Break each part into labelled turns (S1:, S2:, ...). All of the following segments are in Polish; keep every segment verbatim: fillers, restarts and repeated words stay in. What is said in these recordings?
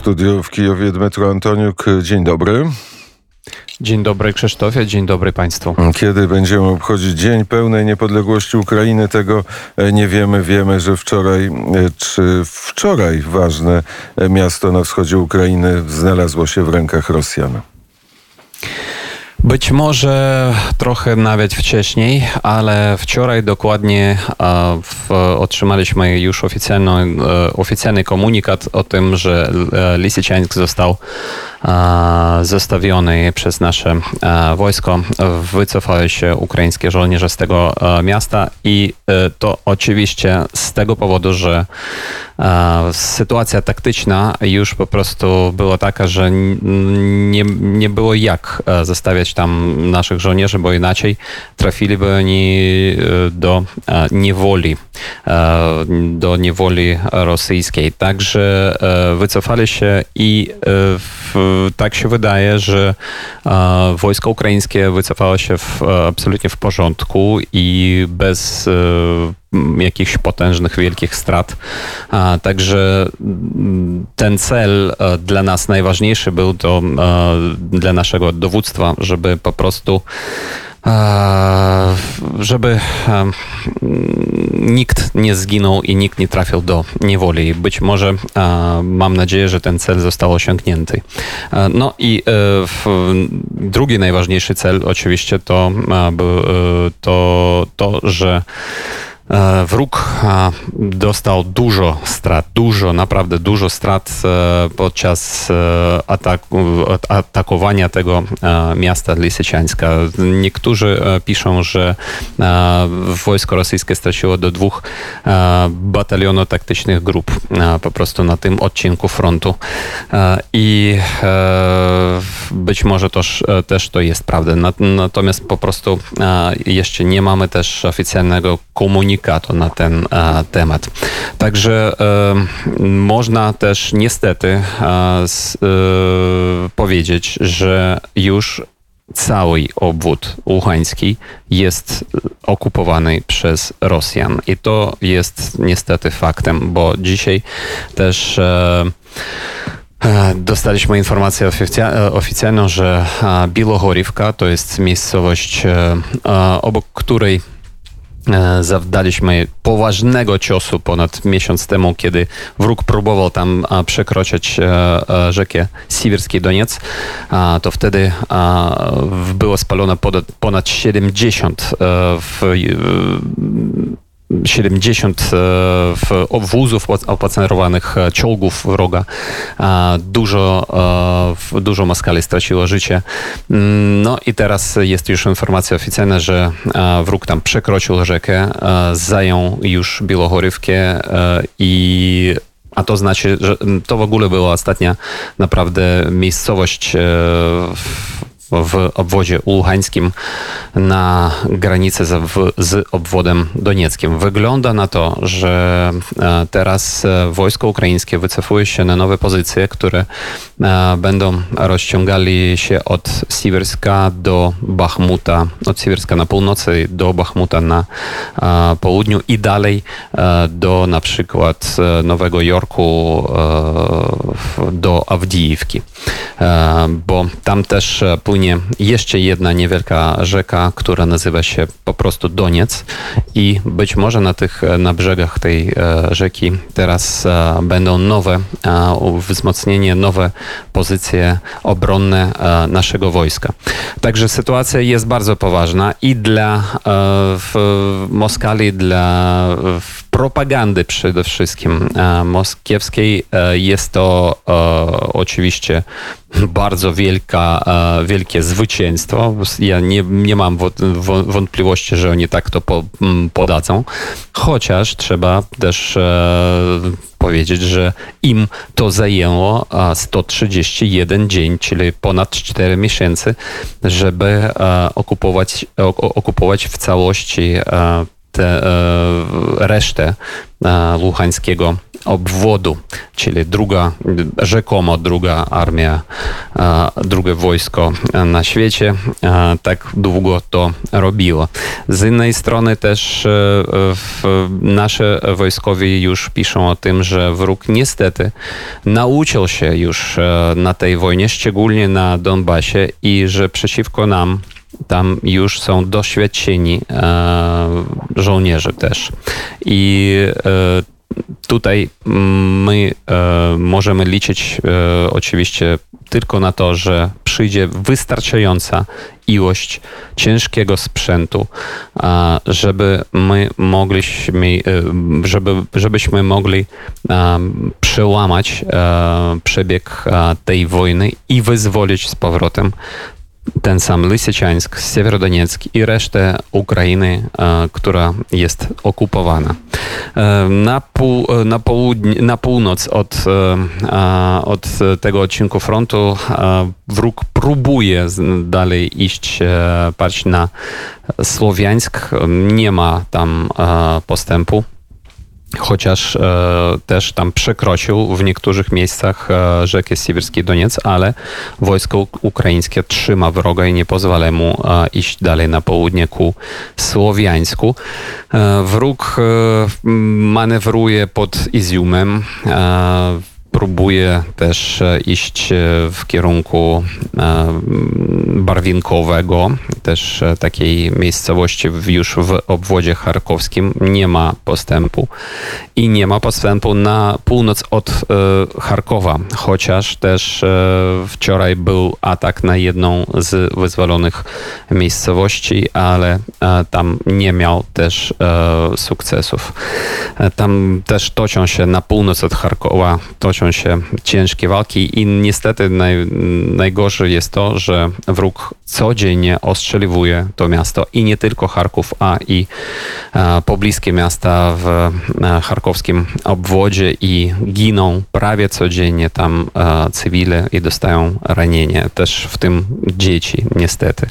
S1: Studio w Kijowie Dmytro Antoniuk. Dzień dobry.
S2: Dzień dobry Krzysztofie, dzień dobry Państwu.
S1: Kiedy będziemy obchodzić Dzień Pełnej Niepodległości Ukrainy, tego nie wiemy. Wiemy, że wczoraj, czy wczoraj ważne miasto na wschodzie Ukrainy znalazło się w rękach Rosjan.
S2: Być może trochę nawet wcześniej, ale wczoraj dokładnie e, w, otrzymaliśmy już oficjalny, e, oficjalny komunikat o tym, że Lisyčiansk został e, zostawiony przez nasze e, wojsko. Wycofały się ukraińskie żołnierze z tego e, miasta i e, to oczywiście z tego powodu, że e, sytuacja taktyczna już po prostu była taka, że nie, nie było jak zostawiać tam naszych żołnierzy, bo inaczej trafiliby oni do niewoli, do niewoli rosyjskiej. Także wycofali się i tak się wydaje, że wojsko ukraińskie wycofało się w, absolutnie w porządku i bez jakichś potężnych, wielkich strat. Także ten cel dla nas najważniejszy był to dla naszego dowództwa, żeby po prostu żeby nikt nie zginął i nikt nie trafił do niewoli. Być może mam nadzieję, że ten cel został osiągnięty. No i drugi najważniejszy cel oczywiście to, to, to że wróg dostał dużo strat, dużo, naprawdę dużo strat podczas ataku, atakowania tego miasta Lisyčianska. Niektórzy piszą, że wojsko rosyjskie straciło do dwóch batalionów taktycznych grup po prostu na tym odcinku frontu. I być może to też to jest prawda. Natomiast po prostu jeszcze nie mamy też oficjalnego komunikatu na ten e, temat. Także e, można też niestety e, s, e, powiedzieć, że już cały obwód łuhański jest okupowany przez Rosjan. I to jest niestety faktem, bo dzisiaj też e, dostaliśmy informację oficjalną, że Bilogorivka to jest miejscowość, obok której zawdaliśmy poważnego ciosu ponad miesiąc temu, kiedy wróg próbował tam przekroczyć rzekę Siwierski Doniec, to wtedy było spalone ponad siedemdziesiąt w siedemdziesiąt wózów opacerowanych czołgów wroga. Dużo, dużo Moskali straciło życie. No i teraz jest już informacja oficjalna, że wróg tam przekroczył rzekę, zajął już Bilogorivkę i a to znaczy, że to w ogóle była ostatnia naprawdę miejscowość w w obwodzie łuhańskim na granicy z, z obwodem donieckim. Wygląda na to, że teraz wojsko ukraińskie wycofuje się na nowe pozycje, które będą rozciągali się od Siwierska do Bachmuta, od Siwierska na północy do Bachmuta na południu i dalej do na przykład Nowego Jorku, do Awdijivki. Bo tam też płynie jeszcze jedna niewielka rzeka, która nazywa się po prostu Doniec i być może na tych, na brzegach tej rzeki teraz będą nowe wzmocnienie, nowe pozycje obronne naszego wojska. Także sytuacja jest bardzo poważna i dla w Moskali, dla w propagandy przede wszystkim moskiewskiej jest to oczywiście bardzo wielka, wielkie zwycięstwo. Ja nie, nie mam wątpliwości, że oni tak to po, podadzą. Chociaż trzeba też powiedzieć, że im to zajęło sto trzydzieści jeden dzień, czyli ponad cztery miesiące, żeby okupować, okupować w całości tę resztę Łuhańskiego obwodu, czyli druga, rzekomo druga armia, drugie wojsko na świecie tak długo to robiło. Z innej strony też nasze wojskowi już piszą o tym, że wróg niestety nauczył się już na tej wojnie, szczególnie na Donbasie, i że przeciwko nam tam już są doświadczeni e, żołnierze też. I e, tutaj my e, możemy liczyć e, oczywiście tylko na to, że przyjdzie wystarczająca ilość ciężkiego sprzętu, e, żeby my mogliśmy, e, żeby, żebyśmy mogli e, przełamać e, przebieg e, tej wojny i wyzwolić z powrotem ten sam Lysyczańsk, Siewierodoniecki i resztę Ukrainy, e, która jest okupowana. E, na, pół, na, południe, na północ od, e, od tego odcinku frontu e, wróg próbuje dalej iść, e, patrzeć na Słowiańsk. Nie ma tam e, postępu. Chociaż e, też tam przekroczył w niektórych miejscach e, rzekę Siewierski Doniec, ale wojsko ukraińskie trzyma wroga i nie pozwala mu e, iść dalej na południe ku Słowiańsku. E, wróg e, manewruje pod Iziumem, e, próbuje też iść w kierunku Barwinkowego, też takiej miejscowości już w obwodzie charkowskim. Nie ma postępu i nie ma postępu na północ od Charkowa, chociaż też wczoraj był atak na jedną z wyzwolonych miejscowości, ale tam nie miał też sukcesów. Tam też toczą się na północ od Charkowa, toczą się ciężkie walki i niestety naj, najgorsze jest to, że wróg codziennie ostrzeliwuje to miasto i nie tylko Charków, a i a, pobliskie miasta w a, charkowskim obwodzie i giną prawie codziennie tam a, cywile i dostają ranienia, też w tym dzieci niestety.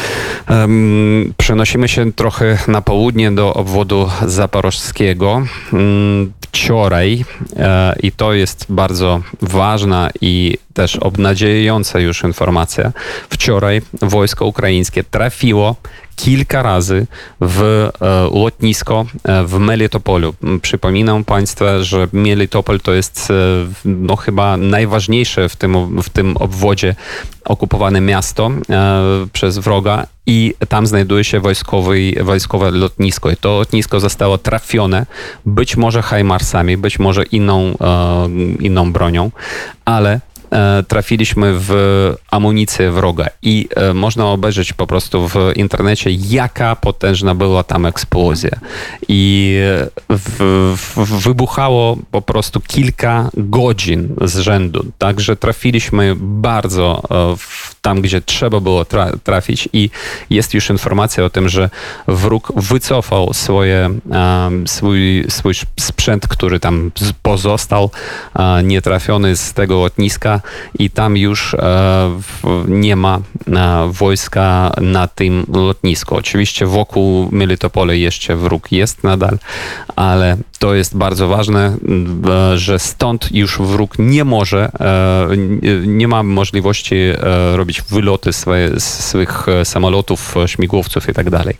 S2: Um, przenosimy się trochę na południe do obwodu zaporożskiego. Um, wczoraj e, i to jest bardzo ważna i też obnadziejająca już informacja. Wczoraj wojsko ukraińskie trafiło kilka razy w e, lotnisko e, w Melitopolu. Przypominam Państwu, że Melitopol to jest e, no, chyba najważniejsze w tym, w tym obwodzie okupowane miasto e, przez wroga i tam znajduje się wojskowy, wojskowe lotnisko. I to lotnisko zostało trafione być może hajmarsami, być może inną, e, inną bronią, ale trafiliśmy w amunicję wroga i e, można obejrzeć po prostu w internecie, jaka potężna była tam eksplozja. I w, w, wybuchało po prostu kilka godzin z rzędu. Także trafiliśmy bardzo e, w, tam, gdzie trzeba było tra trafić i jest już informacja o tym, że wróg wycofał swoje, e, swój, swój sprzęt, który tam pozostał e, nietrafiony z tego lotniska, i tam już e, nie ma e, wojska na tym lotnisku. Oczywiście wokół Melitopola jeszcze wróg jest nadal, ale to jest bardzo ważne, e, że stąd już wróg nie może, e, nie ma możliwości e, robić wyloty swoje, swych samolotów, śmigłowców i tak dalej.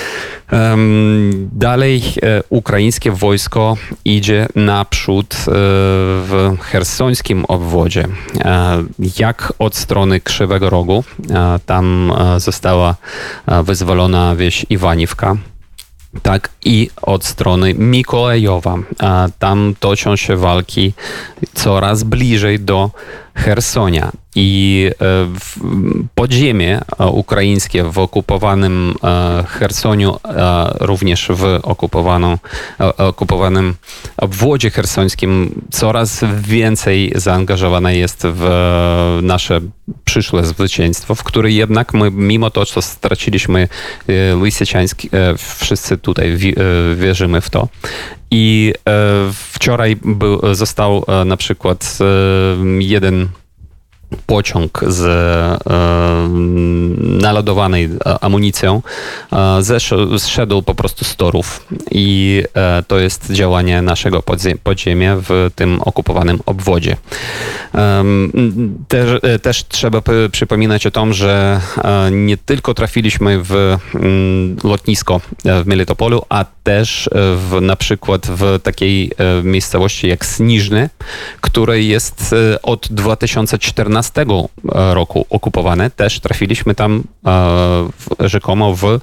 S2: Dalej ukraińskie wojsko idzie naprzód w chersońskim obwodzie. Jak od strony Krzywego Rogu, tam została wyzwolona wieś Iwaniwka, tak i od strony Mikołajowa. Tam toczą się walki coraz bliżej do Chersonia. I podziemie ukraińskie w okupowanym Chersoniu, również w okupowaną, okupowanym obwodzie chersońskim coraz więcej zaangażowane jest w nasze przyszłe zwycięstwo, w które jednak my, mimo to, co straciliśmy Lysyczańsk, wszyscy tutaj wierzymy w to. I wczoraj był, został na przykład jeden pociąg z e, naładowanej amunicją e, zeszł, zszedł po prostu z torów i e, to jest działanie naszego podzie- podziemia w tym okupowanym obwodzie. E, też, też trzeba p- przypominać o tym, że e, nie tylko trafiliśmy w m, lotnisko w Melitopolu, a też w, na przykład w takiej e, miejscowości jak Sniżny, które jest e, od dwa tysiące czternastego roku okupowane. Też trafiliśmy tam e, w, rzekomo w, e,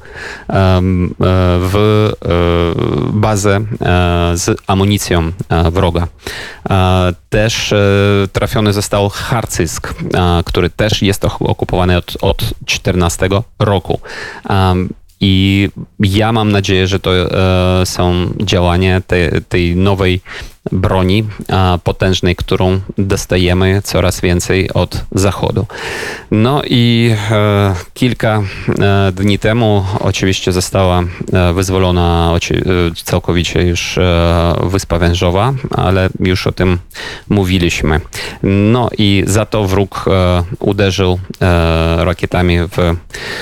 S2: w e, bazę e, z amunicją e, wroga. E, też e, trafiony został Harcysk, e, który też jest okupowany od, od czternastego roku. E, I ja mam nadzieję, że to e, są działania te, tej nowej broni e, potężnej, którą dostajemy coraz więcej od Zachodu. No i e, kilka e, dni temu oczywiście została e, wyzwolona oci- e, całkowicie już e, Wyspa Wężowa, ale już o tym mówiliśmy. No i za to wróg e, uderzył e, rakietami w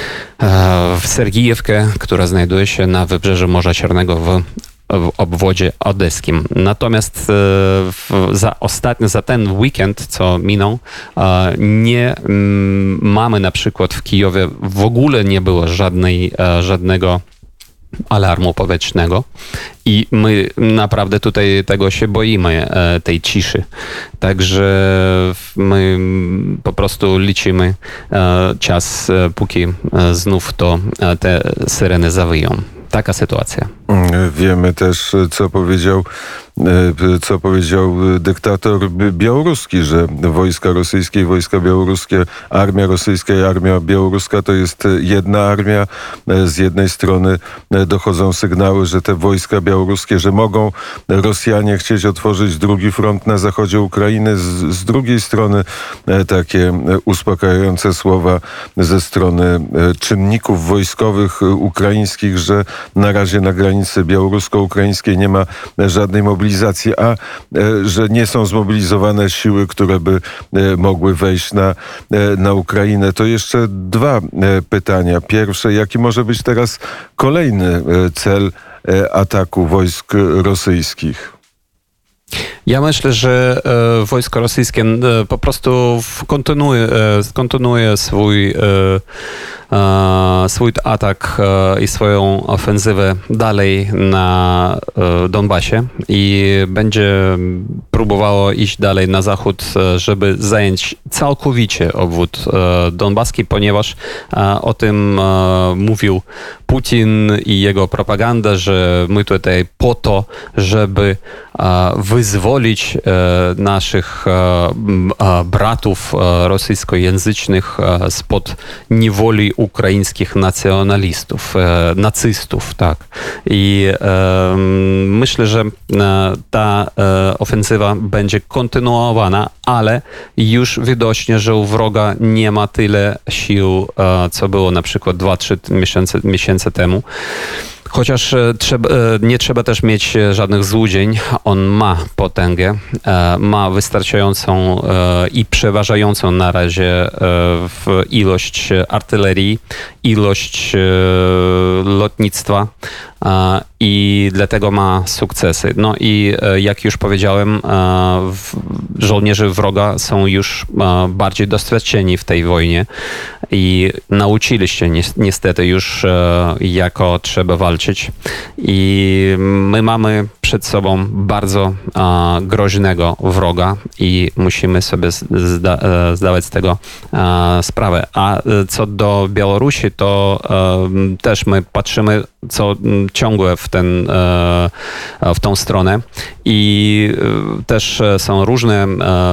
S2: w Sergijewkę, która znajduje się na wybrzeżu Morza Czarnego w, w obwodzie odeskim. Natomiast e, w, za ostatni, za ten weekend, co minął, e, nie m, mamy na przykład w Kijowie w ogóle nie było żadnej, e, żadnego alarmu powietrznego i my naprawdę tutaj tego się boimy, tej ciszy. Także my po prostu liczymy czas, póki znów to te syreny zawyją. Taka sytuacja.
S1: Wiemy też, co powiedział, co powiedział dyktator białoruski, że wojska rosyjskie i wojska białoruskie, armia rosyjska i armia białoruska to jest jedna armia. Z jednej strony dochodzą sygnały, że te wojska białoruskie, że mogą Rosjanie chcieć otworzyć drugi front na zachodzie Ukrainy. Z, z drugiej strony takie uspokajające słowa ze strony czynników wojskowych ukraińskich, że na razie na granicy białorusko-ukraińskiej nie ma żadnej mobilizacji, a że nie są zmobilizowane siły, które by mogły wejść na, na Ukrainę. To jeszcze dwa pytania. Pierwsze, jaki może być teraz kolejny cel ataku wojsk rosyjskich?
S2: Ja myślę, że e, wojsko rosyjskie e, po prostu kontynuuje, e, kontynuuje swój, e, e, swój atak e, i swoją ofensywę dalej na e, Donbasie i będzie próbowało iść dalej na zachód, e, żeby zająć całkowicie obwód e, donbaski, ponieważ e, o tym e, mówił Putin i jego propaganda, że my tutaj po to, żeby e, wyzwolić naszych bratów rosyjskojęzycznych spod niewoli ukraińskich nacjonalistów, nacystów, tak. I myślę, że ta ofensywa będzie kontynuowana, ale już widocznie, że u wroga nie ma tyle sił, co było na przykład dwa trzy miesiące, miesiące temu. Chociaż trzeba, nie trzeba też mieć żadnych złudzeń. On ma potęgę, ma wystarczającą i przeważającą na razie w ilość artylerii, ilość lotnictwa i dlatego ma sukcesy. No i jak już powiedziałem, żołnierze wroga są już bardziej doświadczeni w tej wojnie i nauczyli się niestety już, jako trzeba walczyć. I my mamy przed sobą bardzo groźnego wroga i musimy sobie zda zdawać z tego sprawę. A co do Białorusi, to też my patrzymy co ciągle w, ten, w tą stronę i też są różne,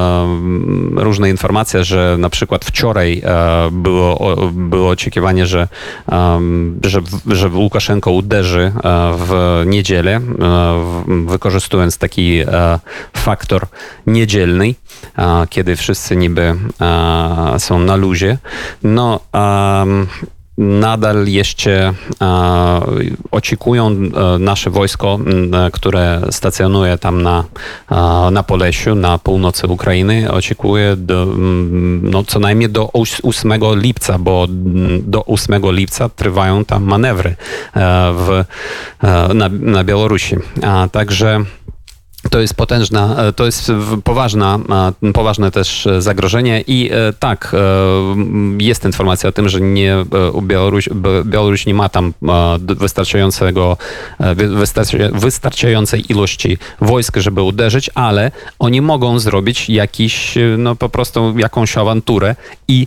S2: różne informacje, że na przykład wczoraj było, było oczekiwanie, że, że, że Łukaszenko uderzy w niedzielę, wykorzystując taki faktor niedzielny, kiedy wszyscy niby są na luzie. No, nadal jeszcze oczekują nasze wojsko, które stacjonuje tam na, na Polesiu, na północy Ukrainy, oczekuje do, no, co najmniej do ósmego lipca, bo do ósmego lipca trwają tam manewry w, na, na Białorusi. A także to jest potężna, to jest poważna, poważne też zagrożenie i tak, jest informacja o tym, że nie, Białoruś, Białoruś nie ma tam wystarczającego, wystarczającej ilości wojsk, żeby uderzyć, ale oni mogą zrobić jakiś, no po prostu jakąś awanturę i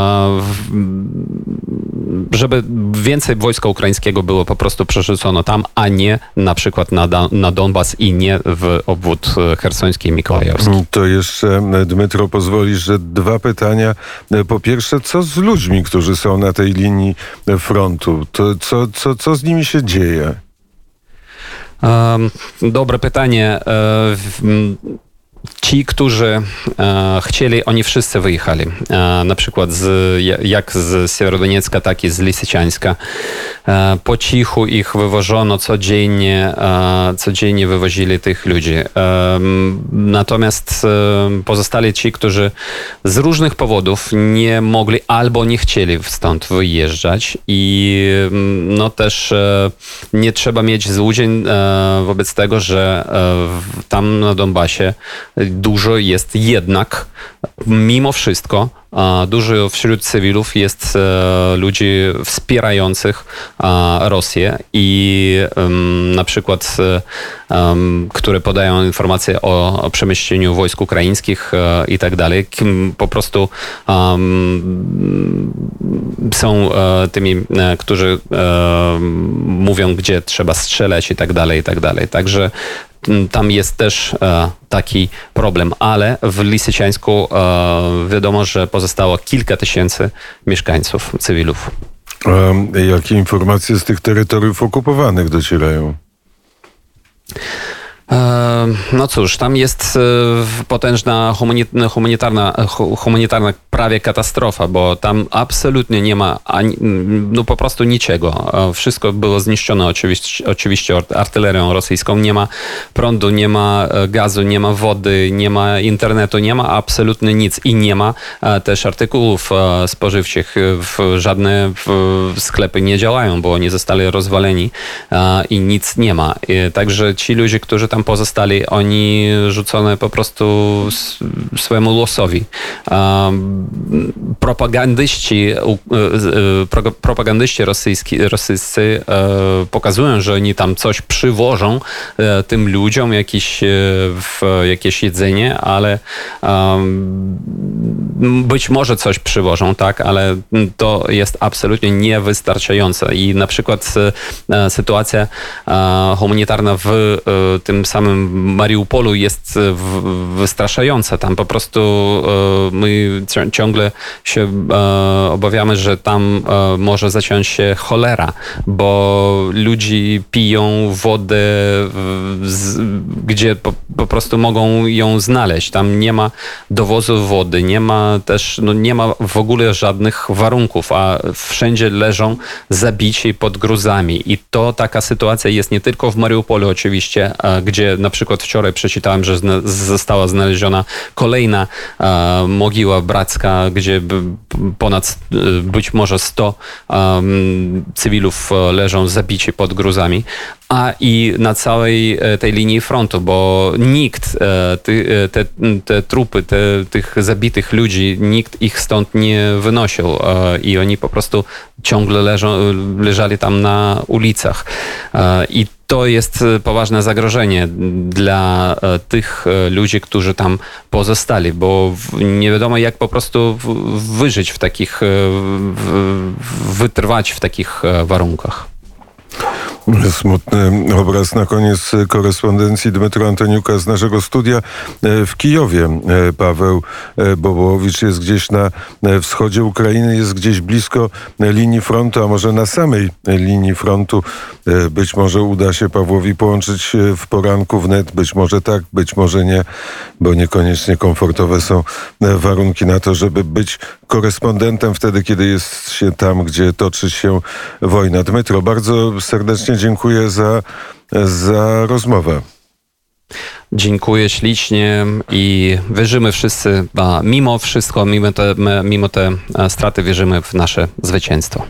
S2: żeby więcej wojska ukraińskiego było po prostu przerzucono tam, a nie na przykład na, na Donbas i nie w obwód chersoński i mikołajowski.
S1: To jeszcze, Dmytro, pozwolisz, że dwa pytania. Po pierwsze, co z ludźmi, którzy są na tej linii frontu? To co, co, co z nimi się dzieje?
S2: Um, dobre pytanie. Um, Ci, którzy e, chcieli, oni wszyscy wyjechali. E, na przykład z, jak z Sierodoniecka, tak i z Lisiczańska. E, po cichu ich wywożono codziennie, e, codziennie wywozili tych ludzi. E, natomiast e, pozostali ci, którzy z różnych powodów nie mogli albo nie chcieli stąd wyjeżdżać i no też e, nie trzeba mieć złudzeń e, wobec tego, że e, tam na Donbasie dużo jest jednak, mimo wszystko, dużo wśród cywilów jest ludzi wspierających Rosję i na przykład, które podają informacje o, o przemieszczeniu wojsk ukraińskich i tak dalej, po prostu są tymi, którzy mówią, gdzie trzeba strzelać i tak dalej, i tak dalej. Także tam jest też e, taki problem, ale w Lisiczańsku e, wiadomo, że pozostało kilka tysięcy mieszkańców, cywilów.
S1: A jakie informacje z tych terytoriów okupowanych docierają?
S2: No cóż, tam jest potężna humanitarna, humanitarna prawie katastrofa, bo tam absolutnie nie ma ani, no po prostu niczego. Wszystko było zniszczone oczywiście, oczywiście artylerią rosyjską. Nie ma prądu, nie ma gazu, nie ma wody, nie ma internetu, nie ma absolutnie nic i nie ma też artykułów spożywczych. Żadne sklepy nie działają, bo oni zostali rozwaleni i nic nie ma. Także ci ludzie, którzy tam pozostali, oni rzucone po prostu swojemu losowi. Propagandyści, propagandyści rosyjski, rosyjscy pokazują, że oni tam coś przywożą tym ludziom, jakieś, jakieś jedzenie, ale być może coś przywożą, tak, ale to jest absolutnie niewystarczające i na przykład sytuacja humanitarna w tym samym Mariupolu jest wystraszająca. Tam po prostu my ciągle się obawiamy, że tam może zacząć się cholera, bo ludzie piją wodę, gdzie po, po prostu mogą ją znaleźć. Tam nie ma dowozu wody, nie ma też, no nie ma w ogóle żadnych warunków, a wszędzie leżą zabici pod gruzami. I to taka sytuacja jest nie tylko w Mariupolu oczywiście, gdzie na przykład wczoraj przeczytałem, że zna, została znaleziona kolejna e, mogiła bracka, gdzie b, ponad e, być może sto um, cywilów leżą zabici pod gruzami, a i na całej tej linii frontu, bo nikt e, ty, te, te trupy te, tych zabitych ludzi, nikt ich stąd nie wynosił e, i oni po prostu ciągle leżą, leżali tam na ulicach. E, I to jest poważne zagrożenie dla tych ludzi, którzy tam pozostali, bo nie wiadomo, jak po prostu wyżyć w takich, wytrwać w takich warunkach.
S1: Smutny obraz na koniec korespondencji Dmytro Antoniuka z naszego studia w Kijowie. Paweł Bobołowicz jest gdzieś na wschodzie Ukrainy, jest gdzieś blisko linii frontu, a może na samej linii frontu. Być może uda się Pawłowi połączyć w poranku wnet, być może tak, być może nie, bo niekoniecznie komfortowe są warunki na to, żeby być korespondentem wtedy, kiedy jest się tam, gdzie toczy się wojna. Dmytro, bardzo serdecznie dziękuję za, za rozmowę.
S2: Dziękuję ślicznie i wierzymy wszyscy, a mimo wszystko, mimo te, mimo te straty, wierzymy w nasze zwycięstwo.